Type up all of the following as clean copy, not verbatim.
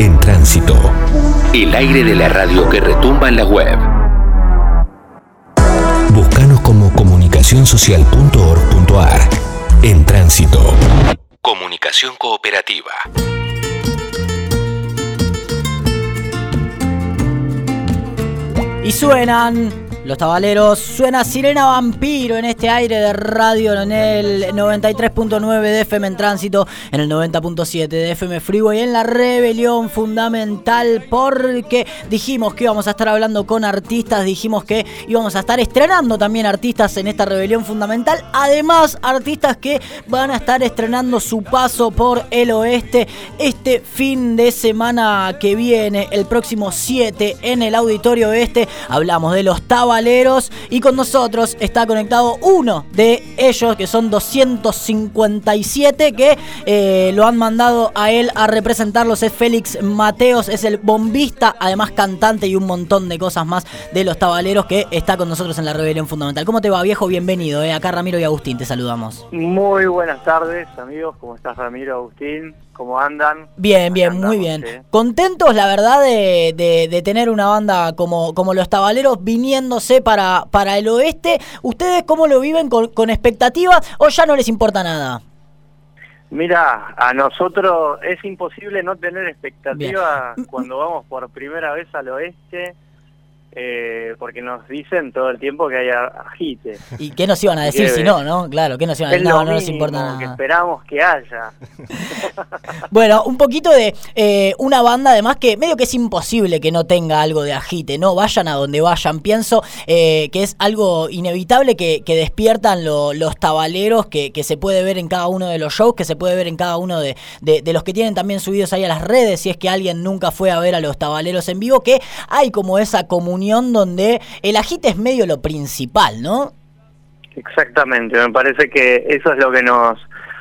En Tránsito. El aire de la radio que retumba en la web. Búscanos como comunicacionsocial.org.ar. En Tránsito. Comunicación cooperativa. Y suenan los tabaleros, suena Sirena Vampiro en este aire de radio en el 93.9 de FM en Tránsito, en el 90.7 de FM Freeway, en la Rebelión Fundamental, porque dijimos que íbamos a estar hablando con artistas, dijimos que íbamos a estar estrenando también artistas en esta Rebelión Fundamental, además artistas que van a estar estrenando su paso por el oeste este fin de semana que viene, el próximo 7 en el Auditorio Oeste. Hablamos de los tabaleros y con nosotros está conectado uno de ellos, que son 257 que lo han mandado a él a representarlos. Es Félix Mateos, es el bombista, además cantante y un montón de cosas más de los tabaleros, que está con nosotros en la Rebelión Fundamental. ¿Cómo te va, viejo? Bienvenido, acá Ramiro y Agustín te saludamos. Muy buenas tardes, amigos. ¿Cómo estás, Ramiro, Agustín? ¿Cómo andan? Bien, muy bien. Contentos, la verdad, de tener una banda como los tabaleros viniéndose para el oeste. ¿Ustedes cómo lo viven? ¿Con expectativas o ya no les importa nada? Mira, a nosotros es imposible no tener expectativa cuando vamos por primera vez al oeste, porque nos dicen todo el tiempo que hay agite. ¿Y qué nos iban a decir si no, no? Claro, ¿qué nos iban a decir? No nos importa nada. Que esperamos que haya. Bueno, un poquito de una banda además que medio que es imposible que no tenga algo de agite, ¿no? Vayan a donde vayan. Pienso que es algo inevitable que despiertan los tabaleros, que se puede ver en cada uno de los shows, que se puede ver en cada uno de los que tienen también subidos ahí a las redes, si es que alguien nunca fue a ver a los tabaleros en vivo, que hay como esa comunión donde el agite es medio lo principal, ¿no? Exactamente, me parece que eso es lo que nos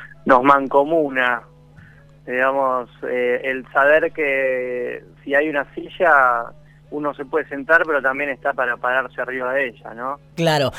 mancomuna, digamos, el saber que si hay una silla uno se puede sentar, pero también está para pararse arriba de ella, ¿no? Claro,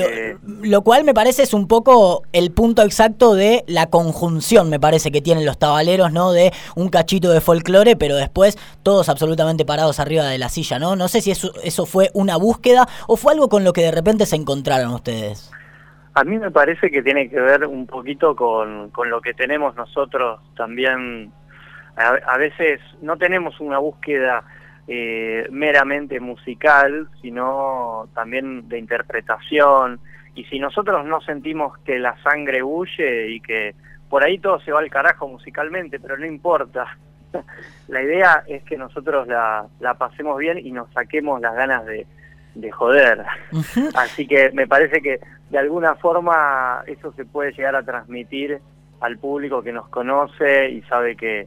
lo cual me parece es un poco el punto exacto de la conjunción, me parece, que tienen los tabaleros, ¿no? De un cachito de folclore, pero después todos absolutamente parados arriba de la silla, ¿no? No sé si eso fue una búsqueda o fue algo con lo que de repente se encontraron ustedes. A mí me parece que tiene que ver un poquito con lo que tenemos nosotros también. A veces no tenemos una búsqueda meramente musical, sino también de interpretación, y si nosotros no sentimos que la sangre huye y que por ahí todo se va al carajo musicalmente, pero no importa, la idea es que nosotros la pasemos bien y nos saquemos las ganas de joder. Uh-huh. Así que me parece que de alguna forma eso se puede llegar a transmitir al público que nos conoce y sabe que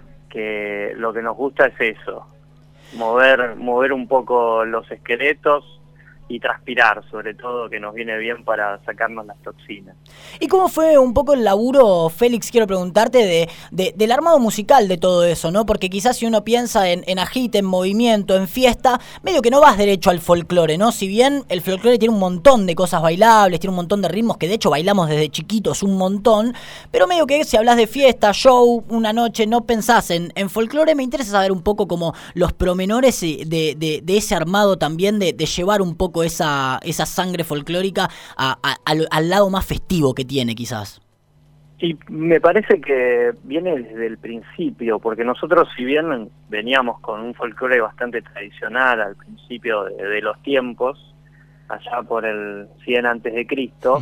lo que nos gusta es eso, mover un poco los esqueletos y transpirar, sobre todo, que nos viene bien para sacarnos las toxinas. ¿Y cómo fue un poco el laburo, Félix, quiero preguntarte, del armado musical de todo eso, ¿no? Porque quizás si uno piensa en agite, en movimiento, en fiesta, medio que no vas derecho al folclore, ¿no? Si bien el folclore tiene un montón de cosas bailables, tiene un montón de ritmos que de hecho bailamos desde chiquitos un montón, pero medio que si hablas de fiesta, show, una noche, no pensás en folclore. Me interesa saber un poco como los promenores de ese armado también, de llevar un poco esa sangre folclórica al lado más festivo que tiene, quizás. Y me parece que viene desde el principio, porque nosotros, si bien veníamos con un folclore bastante tradicional al principio de los tiempos, allá por el 100 antes de Cristo,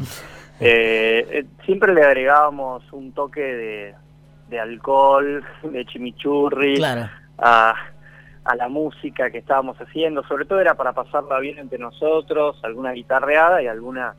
siempre le agregábamos un toque de alcohol, de chimichurri, claro, a la música que estábamos haciendo. Sobre todo era para pasarla bien entre nosotros, alguna guitarreada y alguna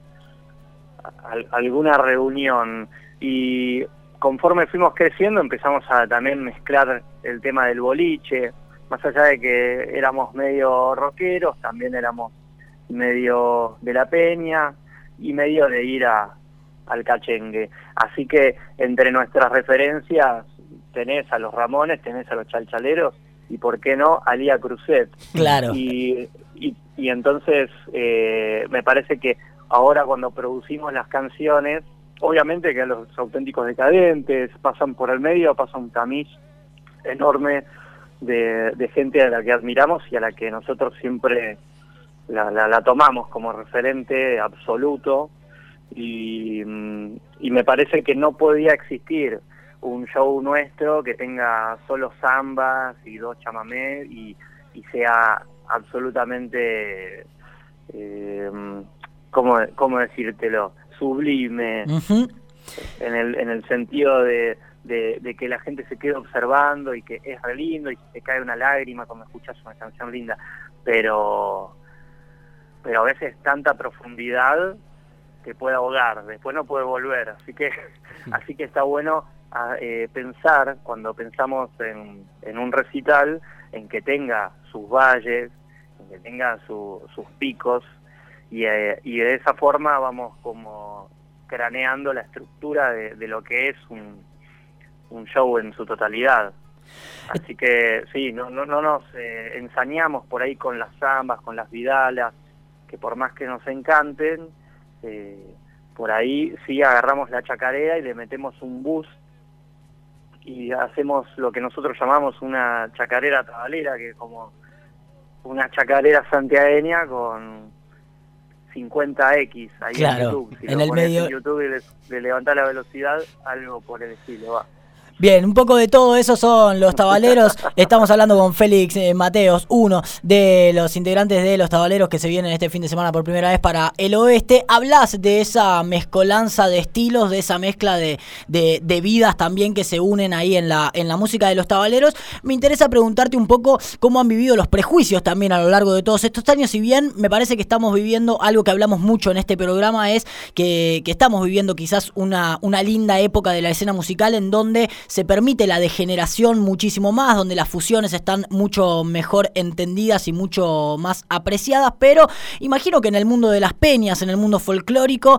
reunión. Y conforme fuimos creciendo empezamos a también mezclar el tema del boliche, más allá de que éramos medio rockeros, también éramos medio de la peña y medio de ir al cachengue. Así que entre nuestras referencias tenés a los Ramones, tenés a los Chalchaleros, y por qué no, a Lía Cruzet. Claro. Y entonces me parece que ahora cuando producimos las canciones, obviamente que los Auténticos Decadentes pasan por el medio, pasa un tamiz enorme de gente a la que admiramos y a la que nosotros siempre la tomamos como referente absoluto, y me parece que no podía existir un show nuestro que tenga solo zambas y 2 chamamés y sea absolutamente, ¿cómo decírtelo? Sublime, en el sentido de que la gente se quede observando y que es re lindo y te cae una lágrima cuando escuchas una canción linda, pero a veces tanta profundidad te puede ahogar, después no puede volver, así que está bueno pensar, cuando pensamos en un recital, en que tenga sus valles, en que tenga sus picos, y de esa forma vamos como craneando la estructura de lo que es un show en su totalidad. Así que sí, no nos ensañamos por ahí con las zambas, con las vidalas, que por más que nos encanten, por ahí sí agarramos la chacarera y le metemos un bus y hacemos lo que nosotros llamamos una chacarera tabalera, que es como una chacarera santiagueña con 50X ahí, claro, en YouTube. Si en lo el pones medio en YouTube y le levantás la velocidad, algo por el estilo va. Bien, un poco de todo eso son los Tabaleros. Estamos hablando con Félix Mateos, uno de los integrantes de los Tabaleros que se vienen este fin de semana por primera vez para el oeste. Hablas de esa mezcolanza de estilos, de esa mezcla de vidas también que se unen ahí en la música de los Tabaleros. Me interesa preguntarte un poco cómo han vivido los prejuicios también a lo largo de todos estos años. Si bien me parece que estamos viviendo algo que hablamos mucho en este programa, es que estamos viviendo quizás una linda época de la escena musical en donde se permite la degeneración muchísimo más, donde las fusiones están mucho mejor entendidas y mucho más apreciadas, pero imagino que en el mundo de las peñas, en el mundo folclórico,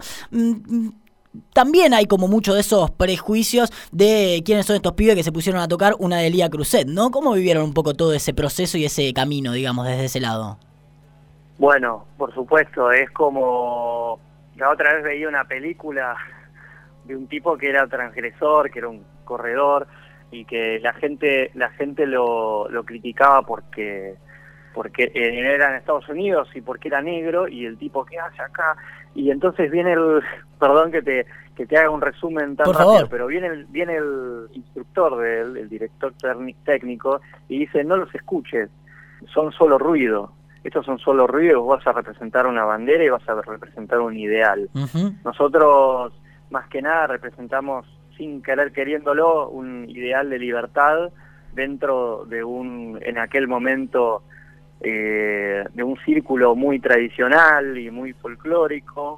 también hay como mucho de esos prejuicios de quiénes son estos pibes que se pusieron a tocar una de Lía Cruzet, ¿no? ¿Cómo vivieron un poco todo ese proceso y ese camino, digamos, desde ese lado? Bueno, por supuesto, es como... La otra vez veía una película de un tipo que era transgresor, que era un corredor, y que la gente lo criticaba porque era en Estados Unidos y porque era negro, y el tipo, ¿qué hace acá? Y entonces viene perdón que te haga un resumen tan rápido, pero viene el instructor el director técnico, y dice: no los escuches, son solo ruido. Estos son solo ruidos, vas a representar una bandera y vas a representar un ideal. Nosotros, más que nada, representamos, sin querer queriéndolo, un ideal de libertad dentro de en aquel momento, de un círculo muy tradicional y muy folclórico,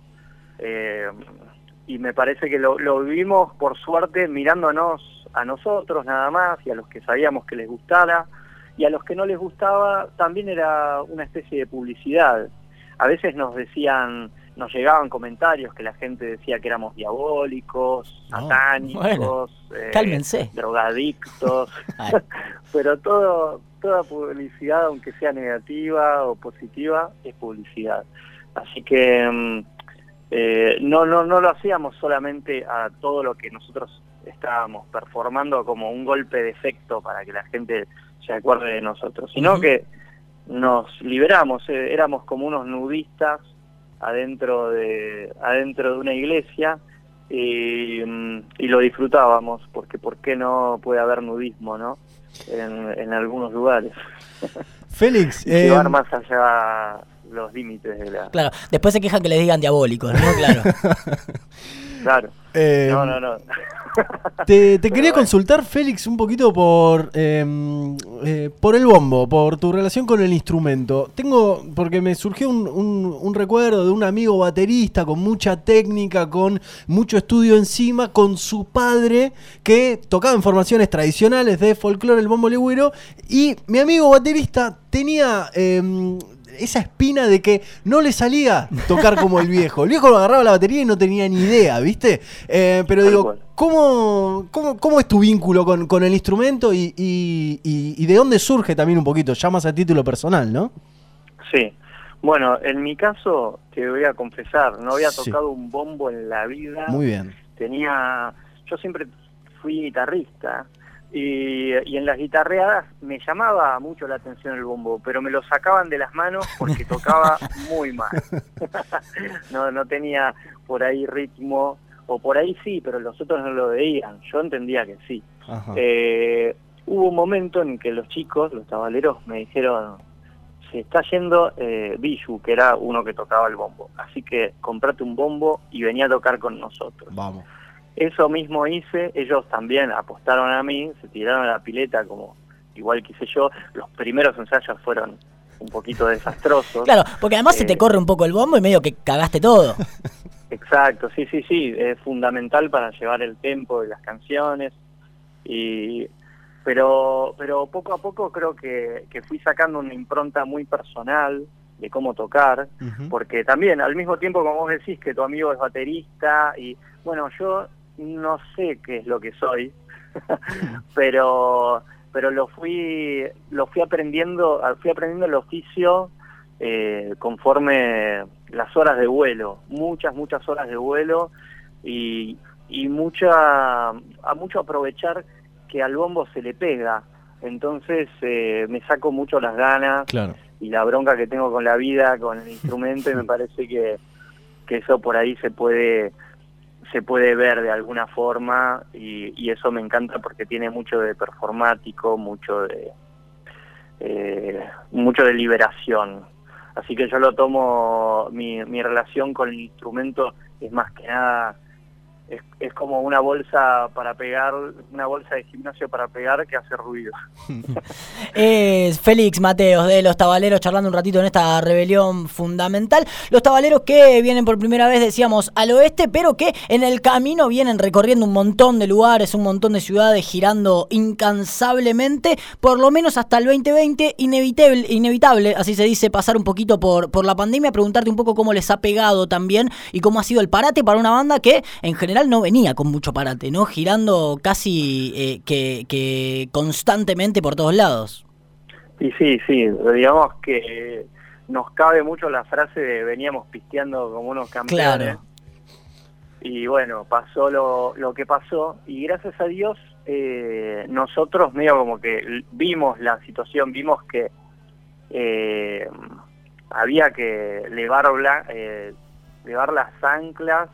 y me parece que lo vivimos, por suerte, mirándonos a nosotros nada más, y a los que sabíamos que les gustara, y a los que no les gustaba también era una especie de publicidad. A veces nos llegaban comentarios que la gente decía que éramos diabólicos, satánicos, cálmense, drogadictos, pero toda publicidad, aunque sea negativa o positiva, es publicidad. Así que no lo hacíamos solamente a todo lo que nosotros estábamos performando como un golpe de efecto para que la gente se acuerde de nosotros, sino que nos liberamos, éramos como unos nudistas adentro de una iglesia, y lo disfrutábamos, porque ¿por qué no puede haber nudismo, no? En algunos lugares. Félix, llevar más allá los límites de la... Claro, después se quejan que les digan diabólicos, ¿no? Claro. Claro. No. Te quería consultar, Félix, un poquito por el bombo, por tu relación con el instrumento. Porque me surgió un recuerdo de un amigo baterista con mucha técnica, con mucho estudio encima, con su padre que tocaba en formaciones tradicionales de folclore, el bombo legüero, y mi amigo baterista tenía esa espina de que no le salía tocar como el viejo. El viejo lo agarraba la batería y no tenía ni idea, ¿viste? Pero digo, ¿cómo es tu vínculo con el instrumento y de dónde surge también un poquito, ya más a título personal, ¿no? Sí. Bueno, en mi caso, te voy a confesar, no había tocado un bombo en la vida. Muy bien. Yo siempre fui guitarrista, Y en las guitarreadas me llamaba mucho la atención el bombo, pero me lo sacaban de las manos porque tocaba muy mal. No tenía por ahí ritmo, o por ahí sí, pero los otros no lo veían. Yo entendía que sí. Hubo un momento en que los chicos, los tabaleros, me dijeron: se está yendo Biju, que era uno que tocaba el bombo, así que comprate un bombo y venía a tocar con nosotros. Vamos. Eso mismo hice, ellos también apostaron a mí, se tiraron a la pileta como igual que hice yo. Los primeros ensayos fueron un poquito desastrosos. Claro, porque además se te corre un poco el bombo y medio que cagaste todo. Exacto, sí, es fundamental para llevar el tempo de las canciones. Pero poco a poco creo que fui sacando una impronta muy personal de cómo tocar, porque también al mismo tiempo, como vos decís, que tu amigo es baterista, y bueno, yo no sé qué es lo que soy, pero lo fui aprendiendo el oficio conforme las horas de vuelo, muchas horas de vuelo, y mucho aprovechar que al bombo se le pega. Entonces me saco mucho las ganas, claro, y la bronca que tengo con la vida, con el instrumento, y me parece que eso por ahí se puede ver de alguna forma, y eso me encanta porque tiene mucho de performático, mucho de liberación. Así que yo lo tomo, mi relación con el instrumento es más que nada, es como una bolsa para pegar, una bolsa de gimnasio para pegar que hace ruido. Félix Mateos de Los Tabaleros charlando un ratito en esta rebelión fundamental. Los Tabaleros que vienen por primera vez, decíamos, al oeste, pero que en el camino vienen recorriendo un montón de lugares, un montón de ciudades, girando incansablemente, por lo menos hasta el 2020, inevitable, así se dice, pasar un poquito por la pandemia. Preguntarte un poco cómo les ha pegado también y cómo ha sido el parate para una banda que en general no venía con mucho parate, ¿no? Girando casi que constantemente por todos lados. Y sí, digamos que nos cabe mucho la frase de veníamos pisteando como unos campeones. Claro. Y bueno, pasó lo que pasó, y gracias a Dios nosotros medio como que vimos la situación, vimos que había que levar las anclas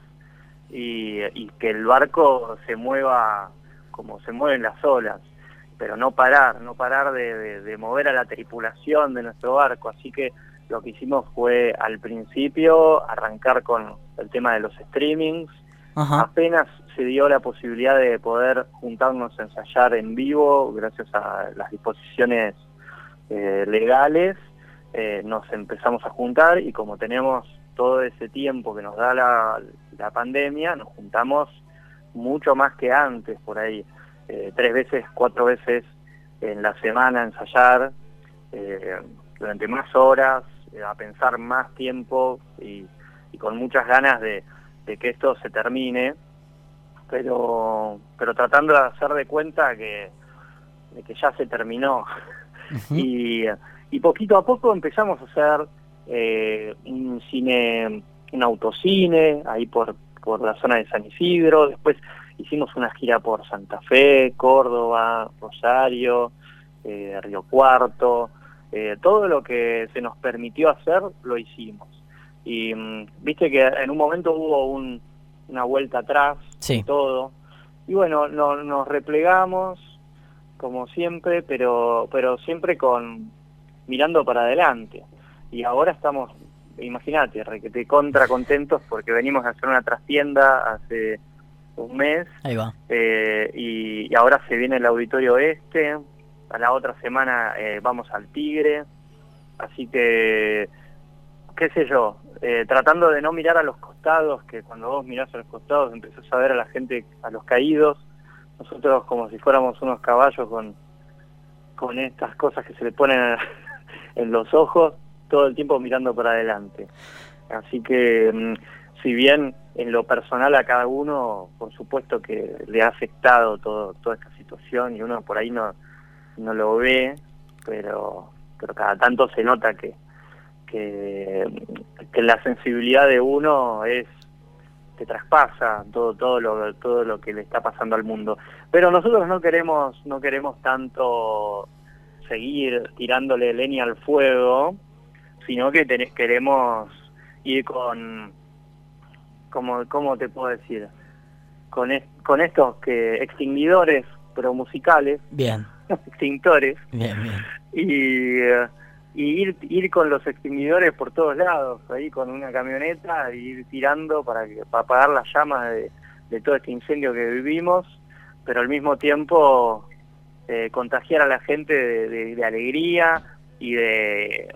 y que el barco se mueva como se mueven las olas, pero no parar de mover a la tripulación de nuestro barco. Así que lo que hicimos fue al principio arrancar con el tema de los streamings. Ajá. Apenas se dio la posibilidad de poder juntarnos a ensayar en vivo, gracias a las disposiciones legales, nos empezamos a juntar, y como tenemos todo ese tiempo que nos da la pandemia, nos juntamos mucho más que antes, por ahí 3 veces, 4 veces en la semana a ensayar, durante más horas, a pensar más tiempo, y con muchas ganas de que esto se termine, pero tratando de hacer de cuenta de que ya se terminó. Uh-huh. Y poquito a poco empezamos a hacer un cine, un autocine ahí por la zona de San Isidro. Después hicimos una gira por Santa Fe, Córdoba, Rosario, Río Cuarto. Todo lo que se nos permitió hacer lo hicimos. Y viste que en un momento hubo una vuelta atrás, sí, todo, y bueno, nos replegamos como siempre, pero siempre mirando para adelante. Y ahora estamos, imagínate, requete contra contentos porque venimos a hacer una trastienda hace un mes. Ahí va. Y ahora se viene el Auditorio Este, a la otra semana vamos al Tigre, así que, qué sé yo, tratando de no mirar a los costados, que cuando vos mirás a los costados empezás a ver a la gente, a los caídos. Nosotros como si fuéramos unos caballos con estas cosas que se le ponen en los ojos, todo el tiempo mirando para adelante. Así que si bien en lo personal a cada uno, por supuesto que le ha afectado toda esta situación, y uno por ahí no lo ve, pero cada tanto se nota que la sensibilidad de uno es te traspasa todo lo que le está pasando al mundo. Pero nosotros no queremos tanto seguir tirándole leña al fuego, sino que queremos ir con, ¿cómo te puedo decir? Con estos extinguidores, pero musicales. Bien. Extintores. Bien. Y ir con los extinguidores por todos lados, ahí con una camioneta, e ir tirando para apagar las llamas de todo este incendio que vivimos, pero al mismo tiempo contagiar a la gente de alegría y de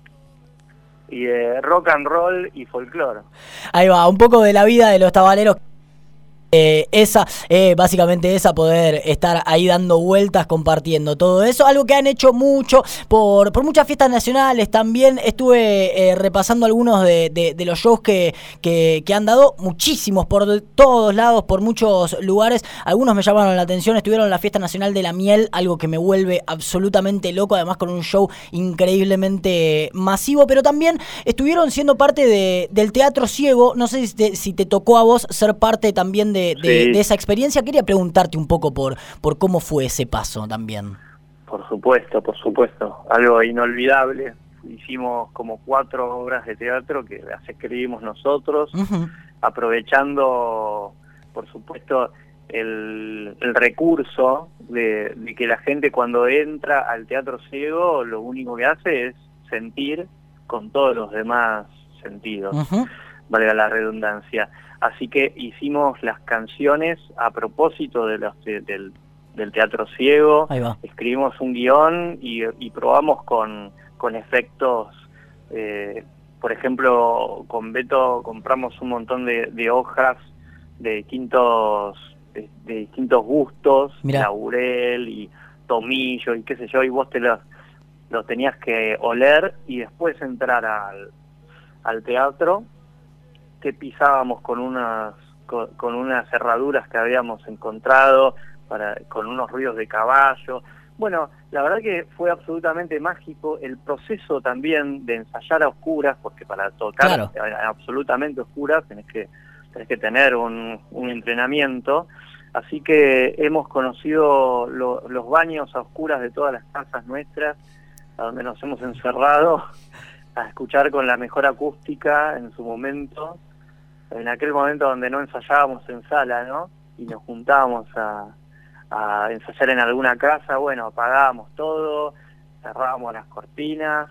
rock and roll y folclore. Ahí va, un poco de la vida de los tabaleros. Básicamente poder estar ahí dando vueltas, compartiendo todo eso, algo que han hecho mucho por muchas fiestas nacionales. También estuve repasando algunos de los shows que han dado, muchísimos por todos lados, por muchos lugares. Algunos me llamaron la atención, estuvieron en la Fiesta Nacional de la Miel, algo que me vuelve absolutamente loco, además con un show increíblemente masivo, pero también estuvieron siendo parte del Teatro Ciego. No sé si te tocó a vos ser parte también de esa experiencia. Quería preguntarte un poco por cómo fue ese paso también. Por supuesto, algo inolvidable. Hicimos como 4 obras de teatro que las escribimos nosotros, uh-huh, aprovechando, por supuesto, el recurso de que la gente cuando entra al Teatro Ciego lo único que hace es sentir con todos los demás sentidos, uh-huh, valga la redundancia. Así que hicimos las canciones a propósito del Teatro Ciego, escribimos un guión y probamos con efectos. Por ejemplo, con Beto compramos un montón de hojas de distintos gustos, Mirá. Laurel y tomillo y qué sé yo, y vos te los tenías que oler y después entrar al teatro, que pisábamos con unas cerraduras que habíamos encontrado, con unos ruidos de caballo. Bueno, la verdad que fue absolutamente mágico el proceso también de ensayar a oscuras, porque para tocar absolutamente oscuras tenés que tener un entrenamiento. Así que hemos conocido los baños a oscuras de todas las casas nuestras, a donde nos hemos encerrado a escuchar con la mejor acústica en su momento, en aquel momento donde no ensayábamos en sala, ¿no? Y nos juntábamos a ensayar en alguna casa. Bueno, apagábamos todo, cerrábamos las cortinas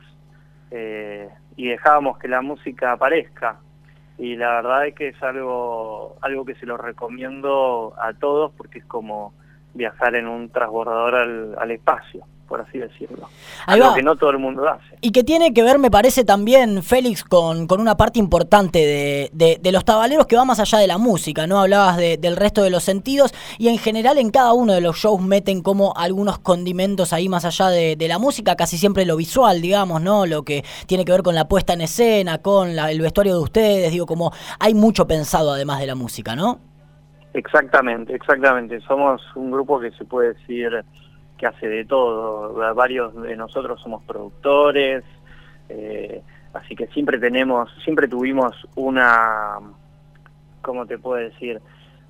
y dejábamos que la música aparezca. Y la verdad es que es algo que se lo recomiendo a todos, porque es como viajar en un transbordador al espacio, por así decirlo. Algo que no todo el mundo hace. Y que tiene que ver, me parece también, Félix, con una parte importante de los tabaleros que va más allá de la música, ¿no? Hablabas del resto de los sentidos, y en general en cada uno de los shows meten como algunos condimentos ahí más allá de la música, casi siempre lo visual, digamos, ¿no? Lo que tiene que ver con la puesta en escena, con el vestuario de ustedes, digo, como hay mucho pensado además de la música, ¿no? Exactamente. Somos un grupo que se puede decir que hace de todo. Varios de nosotros somos productores, así que siempre tuvimos una, ¿cómo te puedo decir?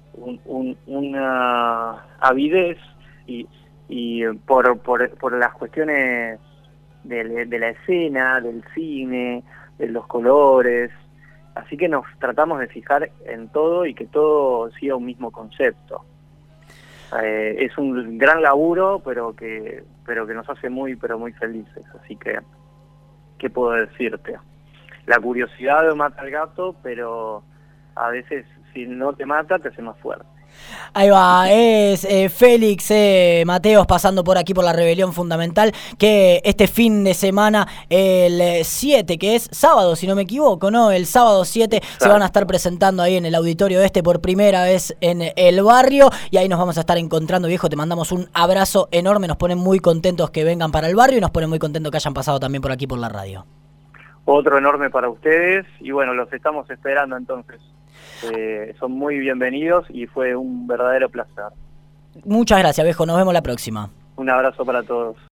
Una avidez y por las cuestiones de la escena, del cine, de los colores. Así que nos tratamos de fijar en todo y que todo siga un mismo concepto. Es un gran laburo, pero que nos hace muy felices. Así que, ¿qué puedo decirte? La curiosidad mata al gato, pero a veces si no te mata, te hace más fuerte. Ahí va, es Félix Mateos pasando por aquí por la Rebelión Fundamental, que este fin de semana, el 7, que es sábado, si no me equivoco, ¿no? El sábado 7 se van a estar presentando ahí en el auditorio por primera vez en el barrio, y ahí nos vamos a estar encontrando, viejo. Te mandamos un abrazo enorme, nos ponen muy contentos que vengan para el barrio y nos ponen muy contentos que hayan pasado también por aquí por la radio. Otro enorme para ustedes, y bueno, los estamos esperando entonces. Son muy bienvenidos y fue un verdadero placer. Muchas gracias, viejo. Nos vemos la próxima. Un abrazo para todos.